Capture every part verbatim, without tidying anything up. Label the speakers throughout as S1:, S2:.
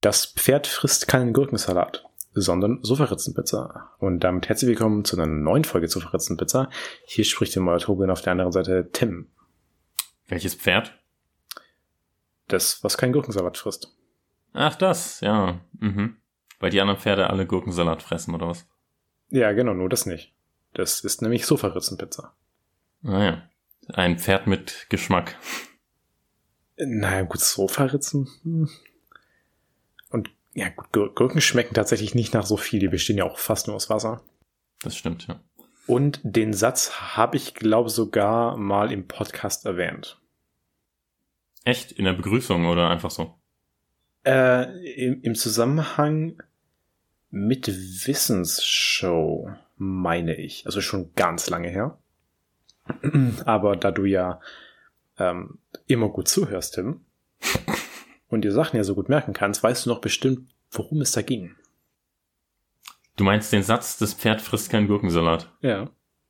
S1: Das Pferd frisst keinen Gurkensalat, sondern Sofaritzenpizza. Und damit herzlich willkommen zu einer neuen Folge Sofaritzenpizza. Hier spricht der Moderatorin, auf der anderen Seite Tim.
S2: Welches Pferd?
S1: Das, was keinen Gurkensalat frisst.
S2: Ach, das, ja. Mhm. Weil die anderen Pferde alle Gurkensalat fressen, oder was?
S1: Ja, genau, nur das nicht. Das ist nämlich Sofaritzenpizza.
S2: Ah ja. Ein Pferd mit Geschmack.
S1: Naja, gut, Sofaritzen. Hm. Und ja, gut, Gurken schmecken tatsächlich nicht nach so viel. Die bestehen ja auch fast nur aus Wasser.
S2: Das stimmt, ja.
S1: Und den Satz habe ich, glaube sogar mal im Podcast erwähnt.
S2: Echt? In der Begrüßung oder einfach so?
S1: Äh, im, im Zusammenhang mit Wissensshow, meine ich. Also schon ganz lange her. Aber da du ja ähm, immer gut zuhörst, Tim, und dir Sachen ja so gut merken kannst, weißt du noch bestimmt, worum es da ging.
S2: Du meinst den Satz, das Pferd frisst keinen Gurkensalat?
S1: Ja.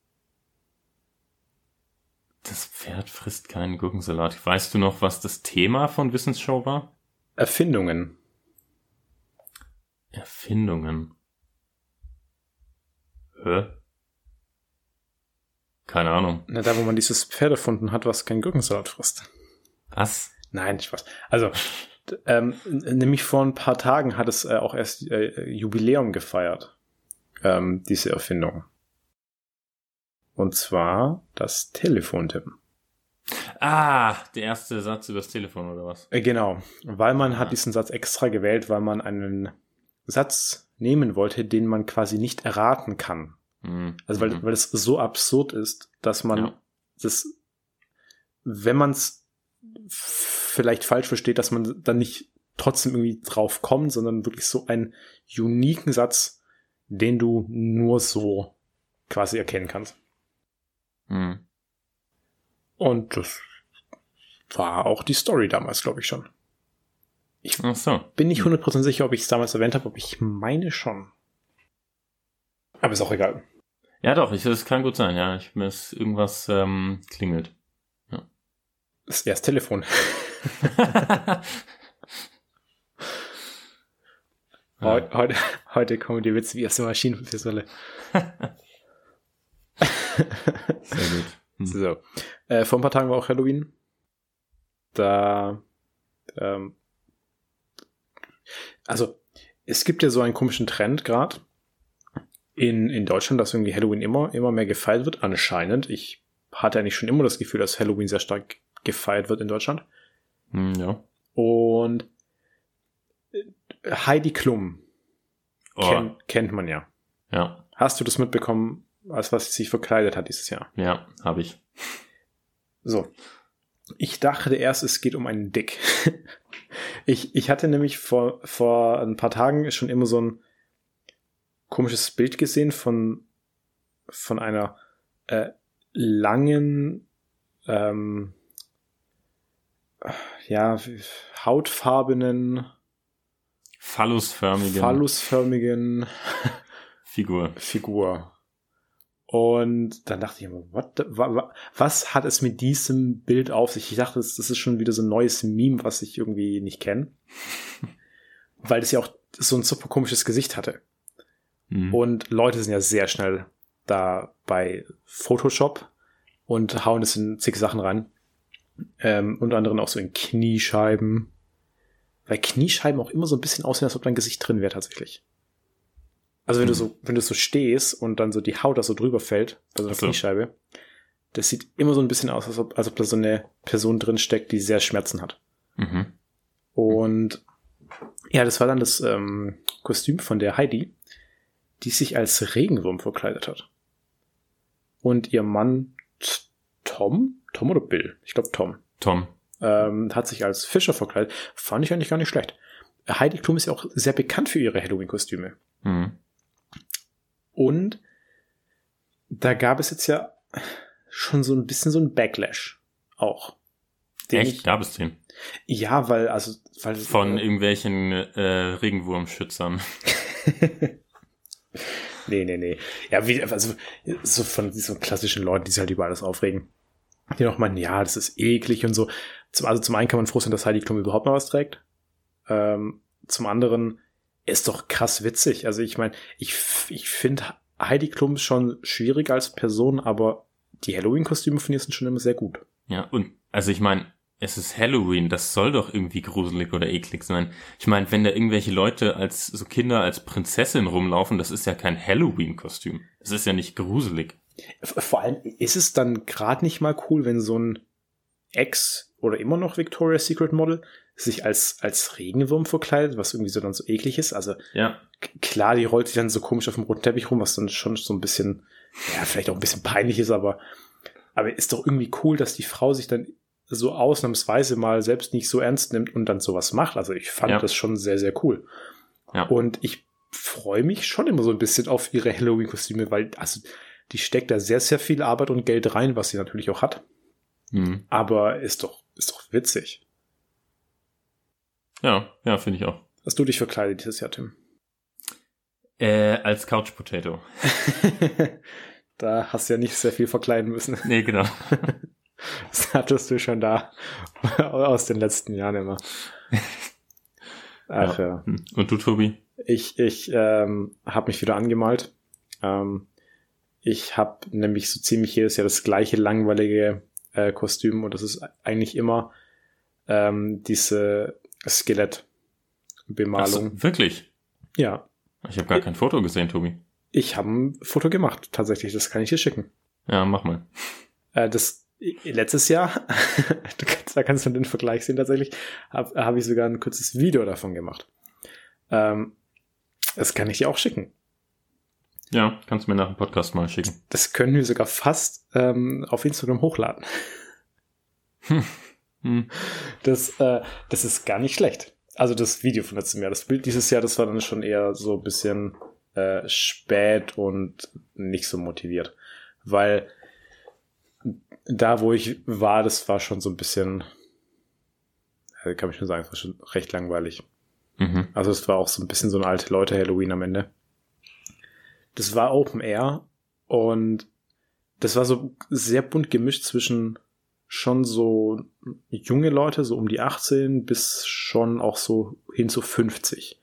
S2: Das Pferd frisst keinen Gurkensalat. Weißt du noch, was das Thema von Wissensshow war?
S1: Erfindungen.
S2: Erfindungen. Hä? Keine Ahnung.
S1: Na, da, wo man dieses Pferd erfunden hat, was keinen Gurkensalat frisst.
S2: Was?
S1: Nein, Spaß. Also, d- ähm, n- nämlich vor ein paar Tagen hat es äh, auch erst äh, Jubiläum gefeiert. Ähm, diese Erfindung. Und zwar das Telefon, Tim.
S2: Ah, der erste Satz übers Telefon, oder was?
S1: Äh, genau, weil man
S2: Ah.
S1: hat diesen Satz extra gewählt, weil man einen Satz nehmen wollte, den man quasi nicht erraten kann.
S2: Hm.
S1: Also weil,
S2: Mhm.
S1: weil es so absurd ist, dass man
S2: Ja.
S1: das, wenn man es vielleicht falsch versteht, dass man dann nicht trotzdem irgendwie drauf kommt, sondern wirklich so einen uniken Satz, den du nur so quasi erkennen kannst.
S2: Hm.
S1: Und das war auch die Story damals, glaube ich schon.
S2: Ach so.
S1: Bin nicht hundert Prozent sicher, ob ich es damals erwähnt habe, aber ich meine schon. Aber ist auch egal.
S2: Ja doch, ich, das kann gut sein, ja. Ich, mir ist irgendwas ähm, klingelt.
S1: Das ist erst Telefon. Heu- heute, heute kommen die Witze wie erste Maschinenpistole.
S2: Sehr gut. Hm.
S1: So. Äh, vor ein paar Tagen war auch Halloween. Da, ähm, also, es gibt ja so einen komischen Trend gerade in, in Deutschland, dass irgendwie Halloween immer, immer mehr gefeiert wird. Anscheinend. Ich hatte eigentlich schon immer das Gefühl, dass Halloween sehr stark gefeiert wird in Deutschland.
S2: Hm, ja.
S1: Und Heidi Klum
S2: Oh,
S1: kennt, kennt man ja.
S2: ja,
S1: Hast du das mitbekommen, als was sie sich verkleidet hat dieses Jahr?
S2: ja, habe ich.
S1: So. Ich dachte erst, es geht um einen Dick. ich, ich hatte nämlich vor, vor ein paar Tagen schon immer so ein komisches Bild gesehen von, von einer äh, langen, ähm, ja, hautfarbenen,
S2: Phallusförmigen
S1: phallusförmigen
S2: Figur.
S1: Figur. Und dann dachte ich mir, what the, wa, wa, was hat es mit diesem Bild auf sich? Ich dachte, das, das ist schon wieder so ein neues Meme, was ich irgendwie nicht kenne. Weil es ja auch so ein super komisches Gesicht hatte.
S2: Mhm.
S1: Und Leute sind ja sehr schnell da bei Photoshop und hauen es in zig Sachen rein. Ähm, unter anderem auch so in Kniescheiben. Weil Kniescheiben auch immer so ein bisschen aussehen, als ob dein Gesicht drin wäre tatsächlich. Also wenn
S2: Hm.
S1: du so, wenn du so stehst und dann so die Haut da so drüber fällt, bei so einer
S2: Ach so.
S1: Kniescheibe, das sieht immer so ein bisschen aus, als ob, als ob da so eine Person drin steckt, die sehr Schmerzen hat.
S2: Mhm.
S1: Und ja, das war dann das ähm, Kostüm von der Heidi, die sich als Regenwurm verkleidet hat. Und ihr Mann T- Tom? Tom oder Bill? Ich glaube Tom.
S2: Tom.
S1: Ähm, hat sich als Fischer verkleidet. Fand ich eigentlich gar nicht schlecht. Heidi Klum ist ja auch sehr bekannt für ihre Halloween-Kostüme.
S2: Mhm.
S1: Und da gab es jetzt ja schon so ein bisschen so ein Backlash auch. Den
S2: Echt?
S1: Ich,
S2: Gab es den?
S1: ja, weil, also, weil.
S2: Von irgendwelchen äh, Regenwurmschützern.
S1: nee, nee, nee. Ja, wie, also, so von diesen klassischen Leuten, die sich halt über alles aufregen. Die noch meinen, ja, das ist eklig und so. Zum, also zum einen kann man froh sein, dass Heidi Klum überhaupt mal was trägt. Ähm, zum anderen ist doch krass witzig. Also ich meine, ich, ich finde Heidi Klum schon schwierig als Person, aber die Halloween-Kostüme von ihr sind schon immer sehr gut.
S2: Ja, und also ich meine, es ist Halloween, das soll doch irgendwie gruselig oder eklig sein. Ich meine, wenn da irgendwelche Leute als so Kinder als Prinzessin rumlaufen, das ist ja kein Halloween-Kostüm. Das ist ja nicht gruselig.
S1: Vor allem ist es dann gerade nicht mal cool, wenn so ein Ex- oder immer noch Victoria's Secret Model sich als als Regenwurm verkleidet, was irgendwie so dann so eklig ist. Also
S2: ja.
S1: k- klar, die rollt sich dann so komisch auf dem roten Teppich rum, was dann schon so ein bisschen, ja, vielleicht auch ein bisschen peinlich ist, aber aber ist doch irgendwie cool, dass die Frau sich dann so ausnahmsweise mal selbst nicht so ernst nimmt und dann sowas macht. Also ich fand
S2: ja.
S1: das schon sehr, sehr cool.
S2: Ja.
S1: Und ich freue mich schon immer so ein bisschen auf ihre Halloween-Kostüme, weil also die steckt da sehr, sehr viel Arbeit und Geld rein, was sie natürlich auch hat.
S2: Mhm.
S1: Aber ist doch, ist doch witzig.
S2: Ja, ja, finde ich auch.
S1: Hast du dich verkleidet dieses Jahr, Tim?
S2: Äh, als Couch Potato.
S1: Da hast du ja nicht sehr viel verkleiden müssen.
S2: Nee, genau.
S1: Das hattest du schon da aus den letzten Jahren immer. Ach ja.
S2: ja. Und du, Tobi?
S1: Ich, ich ähm, habe mich wieder angemalt. Ähm, ich habe nämlich so ziemlich jedes Jahr das gleiche langweilige äh, Kostüm und das ist eigentlich immer ähm, diese Skelettbemalung.
S2: Ach so, wirklich?
S1: Ja.
S2: Ich habe gar kein Foto gesehen, Tobi.
S1: Ich habe ein Foto gemacht, tatsächlich. Das kann ich dir schicken.
S2: Ja, mach mal.
S1: Äh, das letztes Jahr, du kannst, da kannst du den Vergleich sehen tatsächlich, habe hab ich sogar ein kurzes Video davon gemacht. Ähm, das kann ich dir auch schicken.
S2: Ja, kannst du mir nach dem Podcast mal schicken.
S1: Das können wir sogar fast ähm, auf Instagram hochladen.
S2: Hm. Hm.
S1: Das, äh, das ist gar nicht schlecht. Also das Video von letztem Jahr. Das Bild dieses Jahr, das war dann schon eher so ein bisschen äh, spät und nicht so motiviert. Weil da, wo ich war, das war schon so ein bisschen, äh, kann ich schon sagen, es war schon recht langweilig.
S2: Mhm.
S1: Also es war auch so ein bisschen so ein alte Leute-Halloween am Ende. Das war Open Air und das war so sehr bunt gemischt zwischen schon so junge Leute, so um die achtzehn, bis schon auch so hin zu fünfzig.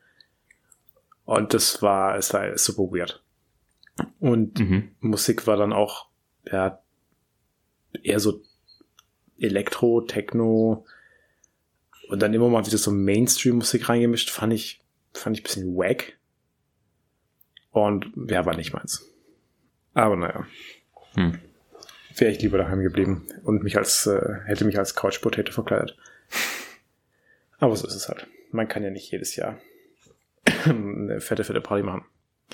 S1: Und das war, es war super weird. Und
S2: Mhm.
S1: Musik war dann auch, ja, eher so Elektro, Techno und dann immer mal wieder so Mainstream-Musik reingemischt, fand ich, fand ich ein bisschen wack. Und ja, war nicht meins. Aber naja.
S2: Hm.
S1: Wäre ich lieber daheim geblieben und mich als, äh, hätte mich als Couch Potato verkleidet. Aber so ist es halt. Man kann ja nicht jedes Jahr eine fette, fette Party machen.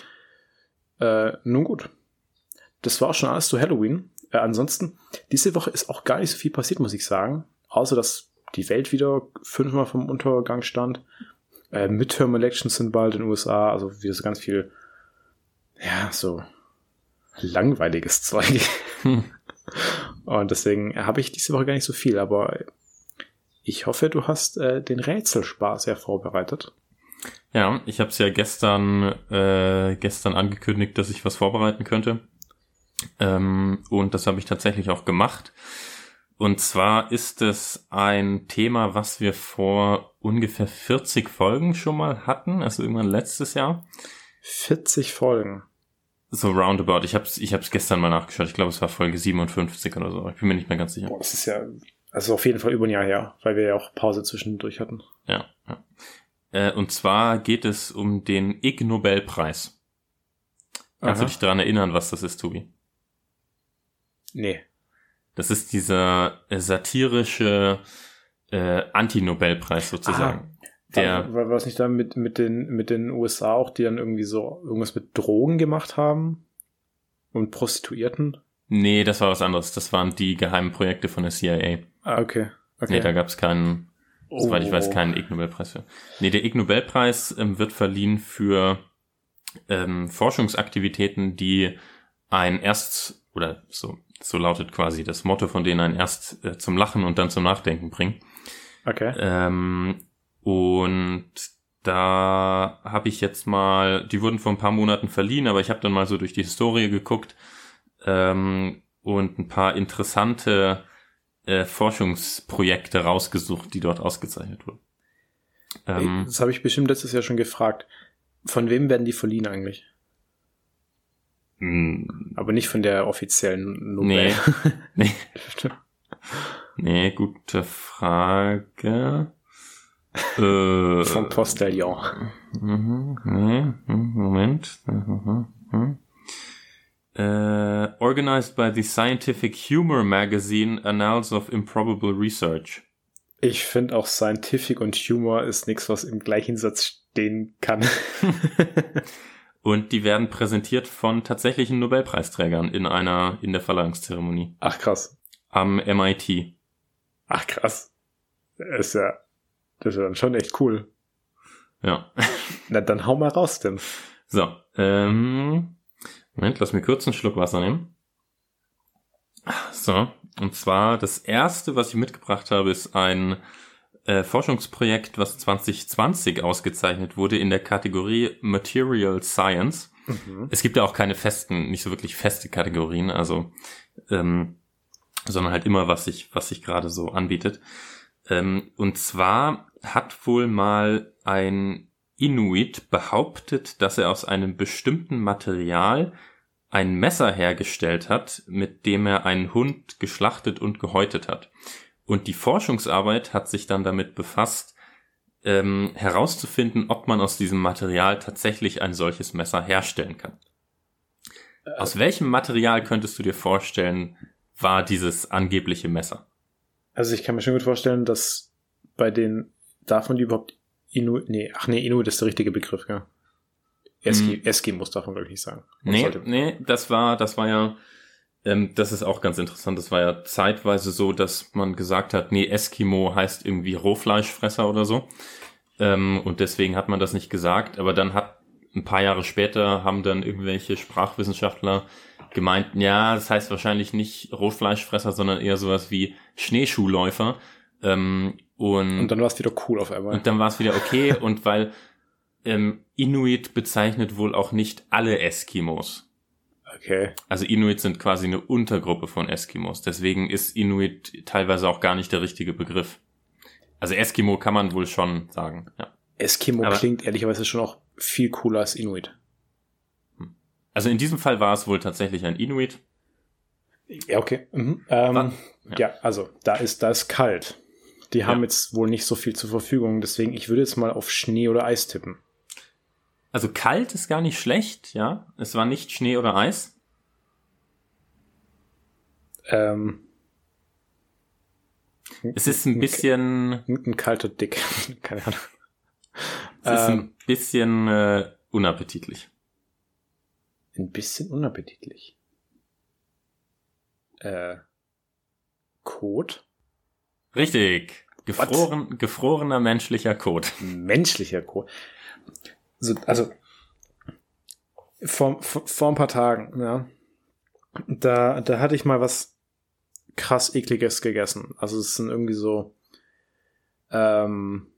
S1: Äh, nun gut. Das war auch schon alles zu Halloween. Äh, ansonsten, diese Woche ist auch gar nicht so viel passiert, muss ich sagen. Außer, dass die Welt wieder fünfmal vom Untergang stand. Äh, Midterm Elections sind bald in den U S A. Also wieder so ganz viel, ja, so langweiliges Zeug.
S2: Hm.
S1: Und deswegen habe ich diese Woche gar nicht so viel. Aber ich hoffe, du hast äh, den Rätselspaß ja vorbereitet.
S2: Ja, ich habe es ja gestern äh, gestern angekündigt, dass ich was vorbereiten könnte. Ähm, und das habe ich tatsächlich auch gemacht. Und zwar ist es ein Thema, was wir vor ungefähr vierzig Folgen schon mal hatten, also irgendwann letztes Jahr.
S1: vierzig Folgen.
S2: So roundabout. Ich habe es ich hab's gestern mal nachgeschaut. Ich glaube, es war Folge siebenundfünfzig oder so. Ich bin mir nicht mehr ganz sicher.
S1: Boah, das ist ja, also auf jeden Fall über ein Jahr her, weil wir ja auch Pause zwischendurch hatten.
S2: Ja, ja. Äh, und zwar geht es um den Ig Nobelpreis. Kannst
S1: Aha.
S2: du dich daran erinnern, was das ist, Tobi?
S1: Nee.
S2: Das ist dieser äh, satirische äh, Anti-Nobelpreis sozusagen. Der,
S1: War, war es nicht da mit, mit, den, mit den U S A auch, die dann irgendwie so irgendwas mit Drogen gemacht haben? Und Prostituierten?
S2: nee, das war was anderes. Das waren die geheimen Projekte von der C I A.
S1: Ah, okay. okay.
S2: Nee, da gab es keinen,
S1: Oh.
S2: soweit ich weiß, keinen Ig Nobelpreis für. Nee, der Ig Nobelpreis ähm, wird verliehen für ähm, Forschungsaktivitäten, die ein erst, oder so, so lautet quasi das Motto von denen, ein erst äh, zum Lachen und dann zum Nachdenken bringen.
S1: Okay.
S2: Ähm, und da habe ich jetzt mal, die wurden vor ein paar Monaten verliehen, aber ich habe dann mal so durch die Historie geguckt ähm, und ein paar interessante äh, Forschungsprojekte rausgesucht, die dort ausgezeichnet wurden. Ähm,
S1: das habe ich bestimmt letztes Jahr schon gefragt. Von wem werden die verliehen eigentlich?
S2: mh,
S1: Aber nicht von der offiziellen Nobel.
S2: nee. nee. Nee, gute Frage. äh,
S1: Vom Postillon.
S2: Mhm, nee, Moment. Mhm, mhm. Äh, organized by the Scientific Humor Magazine Annals of Improbable Research.
S1: Ich finde auch Scientific und Humor ist nichts, was im gleichen Satz stehen kann.
S2: Und die werden präsentiert von tatsächlichen Nobelpreisträgern in einer, in der Verleihungszeremonie.
S1: Ach krass.
S2: Am M I T.
S1: Ach krass. Das ist ja, das ist ja dann schon echt cool.
S2: Ja.
S1: Na, dann hau mal raus, denn.
S2: So, ähm, Moment, lass mir kurz einen Schluck Wasser nehmen. So, und zwar das erste, was ich mitgebracht habe, ist ein äh, Forschungsprojekt, was zwanzig zwanzig ausgezeichnet wurde in der Kategorie Material Science. Mhm. Es gibt ja auch keine festen, nicht so wirklich feste Kategorien, also ähm, sondern halt immer, was sich was sich gerade so anbietet. Ähm, und zwar hat wohl mal ein Inuit behauptet, dass er aus einem bestimmten Material ein Messer hergestellt hat, mit dem er einen Hund geschlachtet und gehäutet hat. Und die Forschungsarbeit hat sich dann damit befasst, ähm, herauszufinden, ob man aus diesem Material tatsächlich ein solches Messer herstellen kann. Aus welchem Material könntest du dir vorstellen, war dieses angebliche Messer?
S1: Also ich kann mir schon gut vorstellen, dass bei den, darf man die überhaupt Inuit, nee, ach nee, Inuit ist der richtige Begriff, ja. Eski, mm. Eskimos darf man glaube ich nicht sagen. Man
S2: nee,
S1: sollte...
S2: nee, das war, das war ja, ähm, das ist auch ganz interessant, das war ja zeitweise so, dass man gesagt hat, nee, Eskimo heißt irgendwie Rohfleischfresser oder so. Ähm, und deswegen hat man das nicht gesagt, aber dann hat, ein paar Jahre später haben dann irgendwelche Sprachwissenschaftler gemeint, ja, das heißt wahrscheinlich nicht Rotfleischfresser, sondern eher sowas wie Schneeschuhläufer. Ähm, und,
S1: und dann war es wieder cool auf einmal.
S2: Und dann war es wieder okay. Und weil ähm, Inuit bezeichnet wohl auch nicht alle Eskimos.
S1: Okay.
S2: Also Inuit sind quasi eine Untergruppe von Eskimos. Deswegen ist Inuit teilweise auch gar nicht der richtige Begriff. Also Eskimo kann man wohl schon sagen, ja.
S1: Eskimo Aber klingt ehrlicherweise schon auch viel cooler als Inuit.
S2: Also in diesem Fall war es wohl tatsächlich ein Inuit.
S1: Ja, okay. Mhm. Ähm, ja. ja, also da ist da ist kalt. Die haben ja. jetzt wohl nicht so viel zur Verfügung, deswegen ich würde jetzt mal auf Schnee oder Eis tippen.
S2: Also kalt ist gar nicht schlecht, ja. Es war nicht Schnee oder Eis.
S1: Ähm,
S2: es ist ein bisschen...
S1: Ein, ein kalter Dick. Keine Ahnung.
S2: Es ist ähm, ein bisschen äh, unappetitlich.
S1: Ein bisschen unappetitlich. Äh, Kot?
S2: Richtig. Gefroren, gefrorener menschlicher Kot.
S1: Menschlicher Kot. Also, also vor, vor, vor ein paar Tagen, ja, da, da hatte ich mal was krass Ekliges gegessen. Also es sind irgendwie so ähm,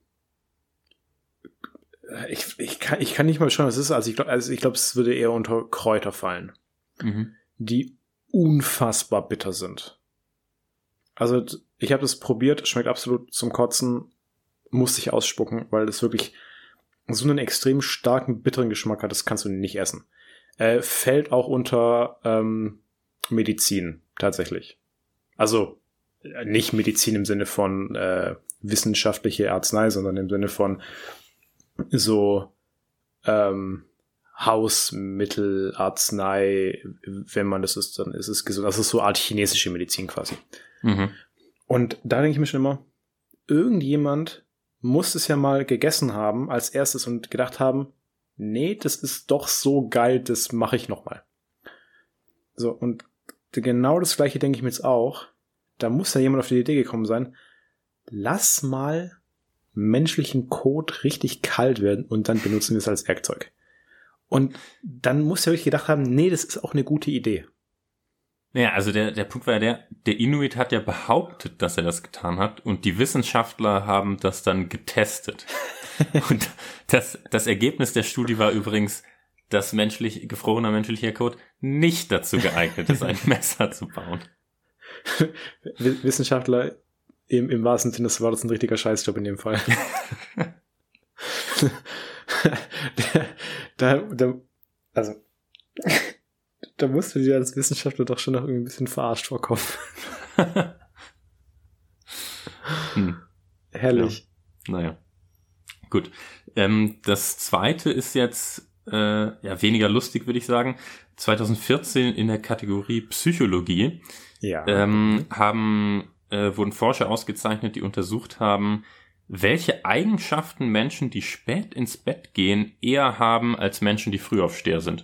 S1: ich, ich, kann, ich kann nicht mal schauen, was es ist. Also ich glaube, also ich glaube, es würde eher unter Kräuter fallen, mhm. die unfassbar bitter sind. Also ich habe das probiert, schmeckt absolut zum Kotzen, musste ich ausspucken, weil das wirklich so einen extrem starken, bitteren Geschmack hat, das kannst du nicht essen. Äh, fällt auch unter ähm, Medizin, tatsächlich. Also nicht Medizin im Sinne von äh, wissenschaftliche Arznei, sondern im Sinne von so ähm, Hausmittel, Arznei, wenn man das ist, dann ist es gesund. Das ist so eine Art chinesische Medizin quasi. Mhm. Und da denke ich mir schon immer, irgendjemand muss es ja mal gegessen haben als erstes und gedacht haben, nee, das ist doch so geil, das mache ich nochmal. So, und genau das Gleiche denke ich mir jetzt auch. Da muss ja jemand auf die Idee gekommen sein, lass mal menschlichen Kot richtig kalt werden und dann benutzen wir es als Werkzeug. Und dann muss er wirklich gedacht haben, nee, das ist auch eine gute Idee.
S2: Ja, also der, der Punkt war ja der, der Inuit hat ja behauptet, dass er das getan hat und die Wissenschaftler haben das dann getestet. Und das, das Ergebnis der Studie war übrigens, dass menschlich, gefrorener menschlicher Kot nicht dazu geeignet ist, ein Messer zu bauen.
S1: Wissenschaftler im, im wahrsten Sinne des Wortes ein richtiger Scheißjob in dem Fall. da, da, also, da musst du dir als Wissenschaftler doch schon noch irgendwie ein bisschen verarscht vorkommen.
S2: hm.
S1: Herrlich.
S2: Ja. Naja. Gut. Ähm, das zweite ist jetzt äh, ja weniger lustig, würde ich sagen. zwanzig vierzehn in der Kategorie Psychologie
S1: ja.
S2: ähm, haben äh, wurden Forscher ausgezeichnet, die untersucht haben, welche Eigenschaften Menschen, die spät ins Bett gehen, eher haben als Menschen, die Frühaufsteher sind.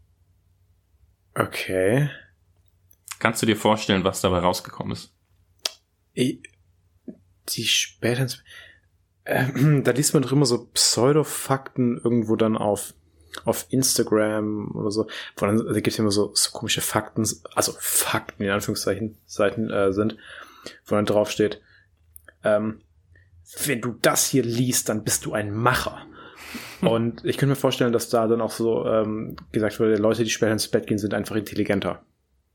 S1: Okay.
S2: Kannst du dir vorstellen, was dabei rausgekommen ist?
S1: Ich, die spät ins äh, da liest man doch immer so Pseudo-Fakten irgendwo dann auf auf Instagram oder so, wo dann da gibt's immer so, so komische Fakten, also Fakten in Anführungszeichen Seiten äh, sind, wo dann drauf steht, ähm, wenn du das hier liest, dann bist du ein Macher. Und ich könnte mir vorstellen, dass da dann auch so ähm, gesagt wurde, Leute, die später ins Bett gehen, sind einfach intelligenter.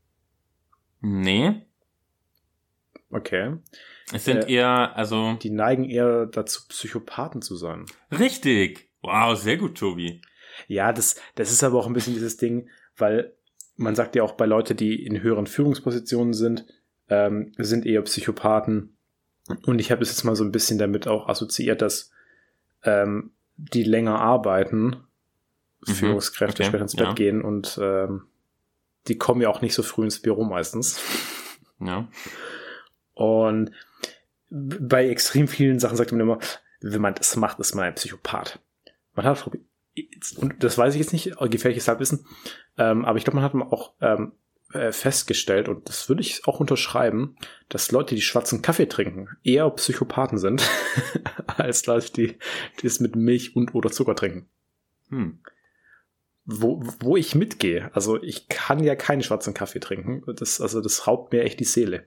S2: Nee.
S1: Okay.
S2: Es sind äh, eher, also...
S1: Die neigen eher dazu, Psychopathen zu sein.
S2: Richtig. Wow, sehr gut, Tobi.
S1: Ja, das, das ist aber auch ein bisschen dieses Ding, weil man sagt ja auch bei Leuten, die in höheren Führungspositionen sind, ähm, sind eher Psychopathen. Und ich habe es jetzt mal so ein bisschen damit auch assoziiert, dass ähm, die länger arbeiten, mhm, Führungskräfte okay, später ins Bett ja. gehen und ähm, die kommen ja auch nicht so früh ins Büro meistens.
S2: Ja.
S1: Und bei extrem vielen Sachen sagt man immer, wenn man das macht, ist man ein Psychopath. Man hat, und das weiß ich jetzt nicht, gefährliches Halbwissen, ähm, aber ich glaube, man hat auch ähm, festgestellt, und das würde ich auch unterschreiben, dass Leute, die schwarzen Kaffee trinken, eher Psychopathen sind, als Leute, die, die es mit Milch und oder Zucker trinken.
S2: Hm.
S1: Wo, wo ich mitgehe. Also ich kann ja keinen schwarzen Kaffee trinken. Das, also das raubt mir echt die Seele.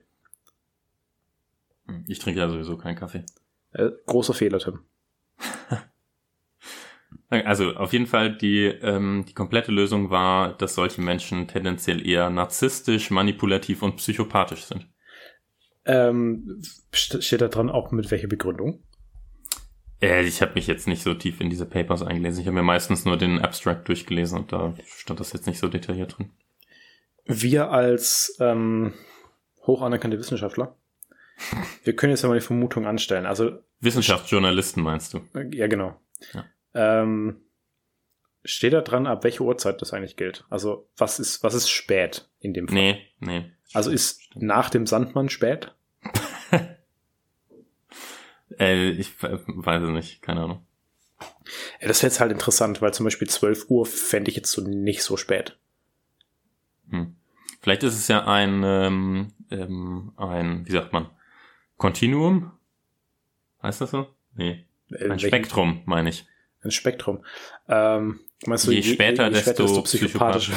S2: Ich trinke ja sowieso keinen Kaffee.
S1: Äh, großer Fehler, Tim.
S2: Also auf jeden Fall, die, ähm, die komplette Lösung war, dass solche Menschen tendenziell eher narzisstisch, manipulativ und psychopathisch sind.
S1: Ähm, steht da dran auch mit welcher Begründung?
S2: Äh, ich habe mich jetzt nicht so tief in diese Papers eingelesen. Ich habe mir meistens nur den Abstract durchgelesen und da stand das jetzt nicht so detailliert drin.
S1: Wir als ähm, hoch anerkannte Wissenschaftler, wir können jetzt ja mal die Vermutung anstellen. Also
S2: Wissenschaftsjournalisten meinst du?
S1: Ja, genau.
S2: Ja.
S1: Ähm, steht da dran, ab welcher Uhrzeit das eigentlich gilt? Also was ist was ist spät in dem Fall?
S2: Nee, nee.
S1: Also ist Stimmt. nach dem Sandmann spät?
S2: äh, ich weiß es nicht, keine Ahnung.
S1: Ja, das wäre jetzt halt interessant, weil zum Beispiel zwölf Uhr fände ich jetzt so nicht so spät.
S2: Hm. Vielleicht ist es ja ein, ähm, ähm, ein, wie sagt man, Kontinuum? Heißt das so? Nee. Ein Spektrum, meine ich.
S1: Ein Spektrum. Ähm, meinst du,
S2: je, je später, je, je
S1: desto,
S2: desto
S1: psychopathischer.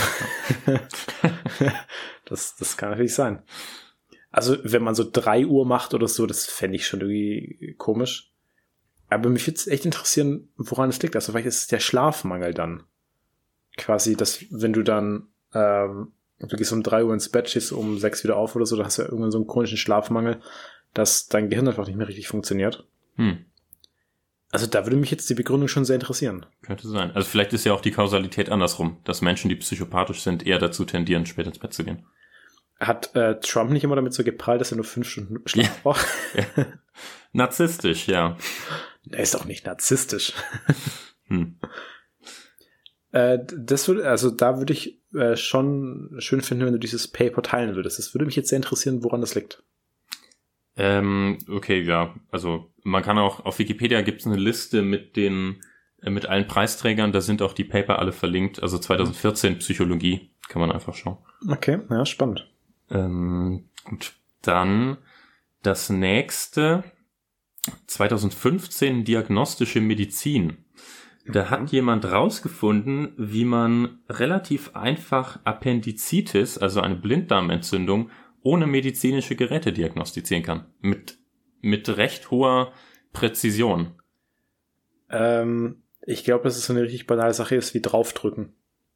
S1: das, das kann natürlich sein. Also, wenn man so drei Uhr macht oder so, das fände ich schon irgendwie komisch. Aber mich würde es echt interessieren, woran es liegt. Also, vielleicht ist es der Schlafmangel dann. Quasi, dass, wenn du dann, ähm, du gehst um drei Uhr ins Bett, stehst um sechs wieder auf oder so, da hast du ja irgendwann so einen chronischen Schlafmangel, dass dein Gehirn einfach nicht mehr richtig funktioniert.
S2: Hm.
S1: Also da würde mich jetzt die Begründung schon sehr interessieren.
S2: Könnte sein. Also vielleicht ist ja auch die Kausalität andersrum, dass Menschen, die psychopathisch sind, eher dazu tendieren, später ins Bett zu gehen.
S1: Hat äh, Trump nicht immer damit so geprallt, dass er nur fünf Stunden Schlaf braucht?
S2: Ja. Narzisstisch, ja.
S1: Er ist auch nicht narzisstisch.
S2: Hm.
S1: äh, das würde, also da würde ich äh, schon schön finden, wenn du dieses Paper teilen würdest. Das würde mich jetzt sehr interessieren, woran das liegt.
S2: Ähm, okay, ja, also man kann auch, auf Wikipedia gibt es eine Liste mit den, äh, mit allen Preisträgern, da sind auch die Paper alle verlinkt, also zwanzig vierzehn Psychologie, kann man einfach schauen.
S1: Okay, ja, spannend.
S2: Ähm, gut, dann das nächste, zwanzig fünfzehn diagnostische Medizin. Da hat jemand rausgefunden, wie man relativ einfach Appendizitis, also eine Blinddarmentzündung, ohne medizinische Geräte diagnostizieren kann. Mit, mit recht hoher Präzision.
S1: Ähm, ich glaube, dass es so eine richtig banale Sache ist, wie draufdrücken.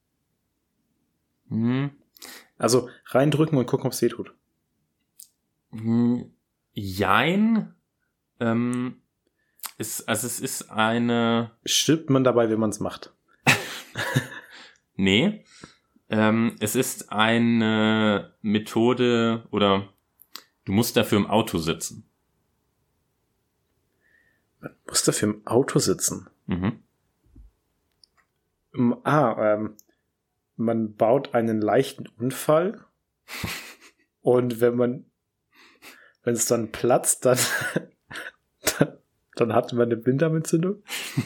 S2: Hm.
S1: Also reindrücken und gucken, ob es weh tut.
S2: Hm. Jein. Ähm, Ist, also es ist eine...
S1: Stirbt man dabei, wenn man es macht?
S2: Nee. Ähm, es ist eine Methode oder du musst dafür im Auto sitzen.
S1: Man muss dafür im Auto sitzen?
S2: Mhm.
S1: Ah, ähm, man baut einen leichten Unfall und wenn man, wenn es dann platzt, dann, dann, dann hat man eine Blinddarmentzündung.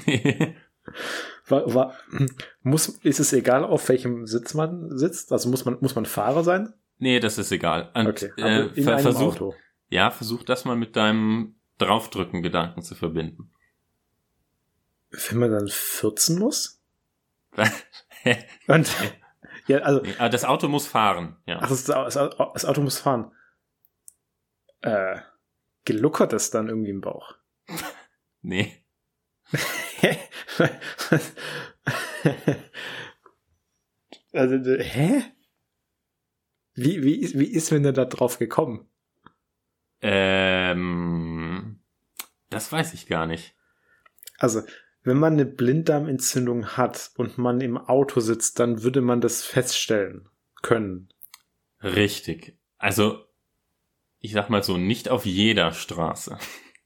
S1: war, war, muss, ist es egal, auf welchem Sitz man sitzt? Also muss man, muss man Fahrer sein?
S2: Nee, das ist egal. Und,
S1: okay, aber in
S2: äh,
S1: einem
S2: versuch,
S1: Auto.
S2: Ja, versuch das mal mit deinem Draufdrücken-Gedanken zu verbinden.
S1: Wenn man dann fürzen muss? Und, ja, also.
S2: Nee, aber das Auto muss fahren, ja.
S1: Ach, das, das, das Auto muss fahren. Äh, geluckert es dann irgendwie im Bauch?
S2: Nee.
S1: Also, hä? Wie, wie, ist, wie ist man denn da drauf gekommen?
S2: Ähm, das weiß ich gar nicht.
S1: Also, wenn man eine Blinddarmentzündung hat und man im Auto sitzt, dann würde man das feststellen können.
S2: Richtig. Also, ich sag mal so, nicht auf jeder Straße.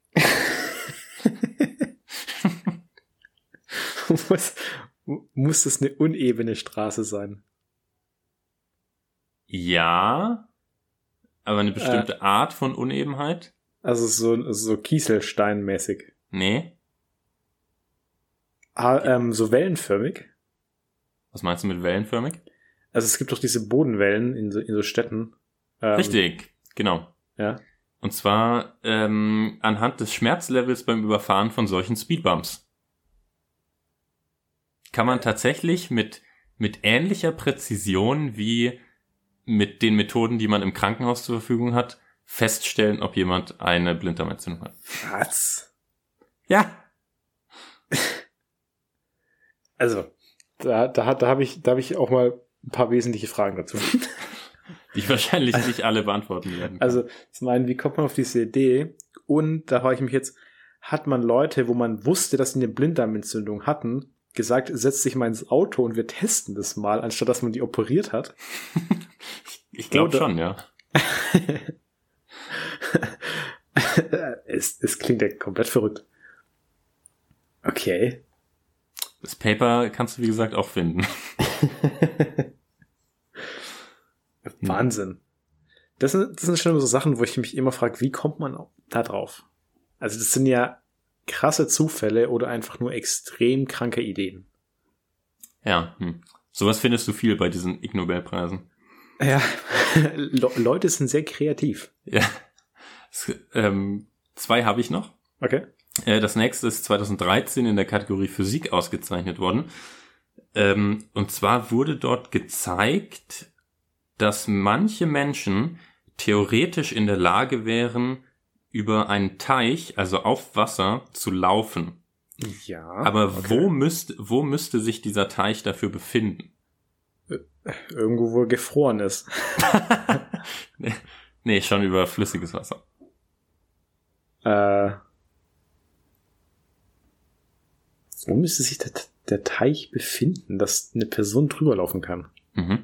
S1: muss, muss das eine unebene Straße sein?
S2: Ja, aber eine bestimmte
S1: äh,
S2: Art von Unebenheit?
S1: Also so, so Kieselsteinmäßig.
S2: Nee.
S1: Ah, ähm, so wellenförmig?
S2: Was meinst du mit wellenförmig?
S1: Also es gibt doch diese Bodenwellen in so, in so Städten. Ähm,
S2: Richtig, genau.
S1: Ja.
S2: Und zwar ähm, anhand des Schmerzlevels beim Überfahren von solchen Speedbumps. Kann man tatsächlich mit, mit ähnlicher Präzision wie mit den Methoden, die man im Krankenhaus zur Verfügung hat, feststellen, ob jemand eine Blinddarmentzündung hat.
S1: Was?
S2: Ja.
S1: Also, da, da, da habe ich, da habe ich auch mal ein paar wesentliche Fragen dazu.
S2: Die ich wahrscheinlich nicht alle beantworten werden.
S1: Also, zum einen, wie kommt man auf diese Idee? Und da frage ich mich jetzt, hat man Leute, wo man wusste, dass sie eine Blinddarmentzündung hatten, gesagt, setzt sich mal ins Auto und wir testen das mal, anstatt dass man die operiert hat?
S2: Ich glaube schon, ja.
S1: es, es klingt ja komplett verrückt. Okay.
S2: Das Paper kannst du, wie gesagt, auch finden.
S1: Wahnsinn. Das sind, das sind schon so Sachen, wo ich mich immer frage, wie kommt man da drauf? Also das sind ja krasse Zufälle oder einfach nur extrem kranke Ideen.
S2: Ja, hm. Sowas findest du viel bei diesen Ig Nobelpreisen.
S1: Ja, Le- Leute sind sehr kreativ.
S2: Ja, es, ähm, zwei habe ich noch.
S1: Okay.
S2: Äh, das nächste ist zweitausenddreizehn in der Kategorie Physik ausgezeichnet worden. Ähm, und zwar wurde dort gezeigt, dass manche Menschen theoretisch in der Lage wären, über einen Teich, also auf Wasser, zu laufen.
S1: Ja.
S2: Aber
S1: okay.
S2: wo müsste, wo müsste sich dieser Teich dafür befinden?
S1: Irgendwo, wo gefroren ist.
S2: nee, nee, schon über flüssiges Wasser.
S1: Äh, wo müsste sich der, der Teich befinden, dass eine Person drüber laufen kann?
S2: Mhm.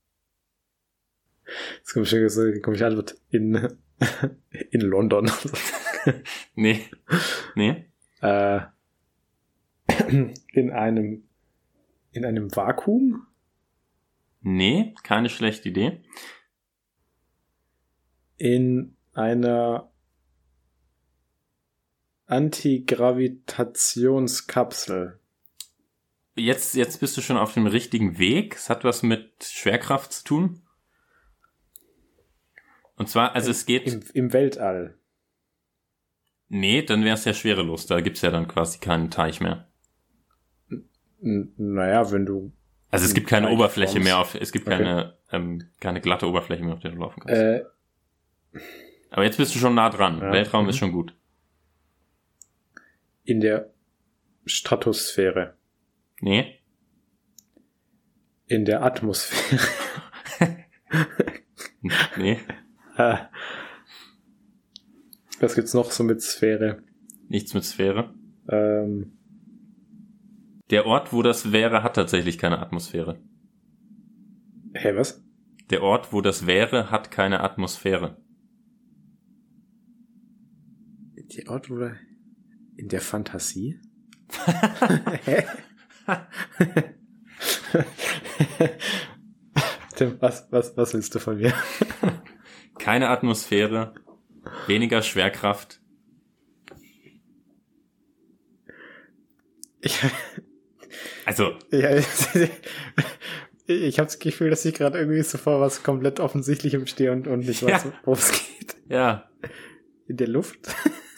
S1: Jetzt komme ich, komm ich Antwort in, in London.
S2: nee. Nee.
S1: Äh, in einem, in einem Vakuum?
S2: Nee, keine schlechte Idee.
S1: In einer Antigravitationskapsel.
S2: Jetzt, jetzt bist du schon auf dem richtigen Weg. Es hat was mit Schwerkraft zu tun. Und zwar, also es geht...
S1: Im, im Weltall.
S2: Nee, dann wäre es ja schwerelos. Da gibt's ja dann quasi keinen Teich mehr.
S1: N- naja, wenn du...
S2: Also es gibt keine
S1: Teich
S2: Oberfläche
S1: formst.
S2: mehr auf... Es gibt
S1: Okay.
S2: keine, ähm, keine glatte Oberfläche mehr, auf der du laufen kannst.
S1: Äh,
S2: Aber jetzt bist du schon nah dran.
S1: Ja.
S2: Weltraum
S1: Mhm.
S2: ist schon gut.
S1: in der Stratosphäre.
S2: Nee.
S1: In der Atmosphäre.
S2: Nee.
S1: äh, was gibt's noch so mit Sphäre?
S2: Nichts mit Sphäre.
S1: Ähm,
S2: Der Ort, wo das wäre, hat tatsächlich keine Atmosphäre.
S1: hä, was?
S2: Der Ort, wo das wäre, hat keine Atmosphäre.
S1: Der Ort, wo er in der Fantasie? Hä? Tim, was, was, was willst du von mir?
S2: Keine Atmosphäre, weniger Schwerkraft.
S1: Ich,
S2: Also,
S1: ja, ich habe das Gefühl, dass ich gerade irgendwie so vor was komplett Offensichtlichem stehe und, und nicht weiß,
S2: Ja.
S1: worum es geht.
S2: ja,
S1: In der Luft?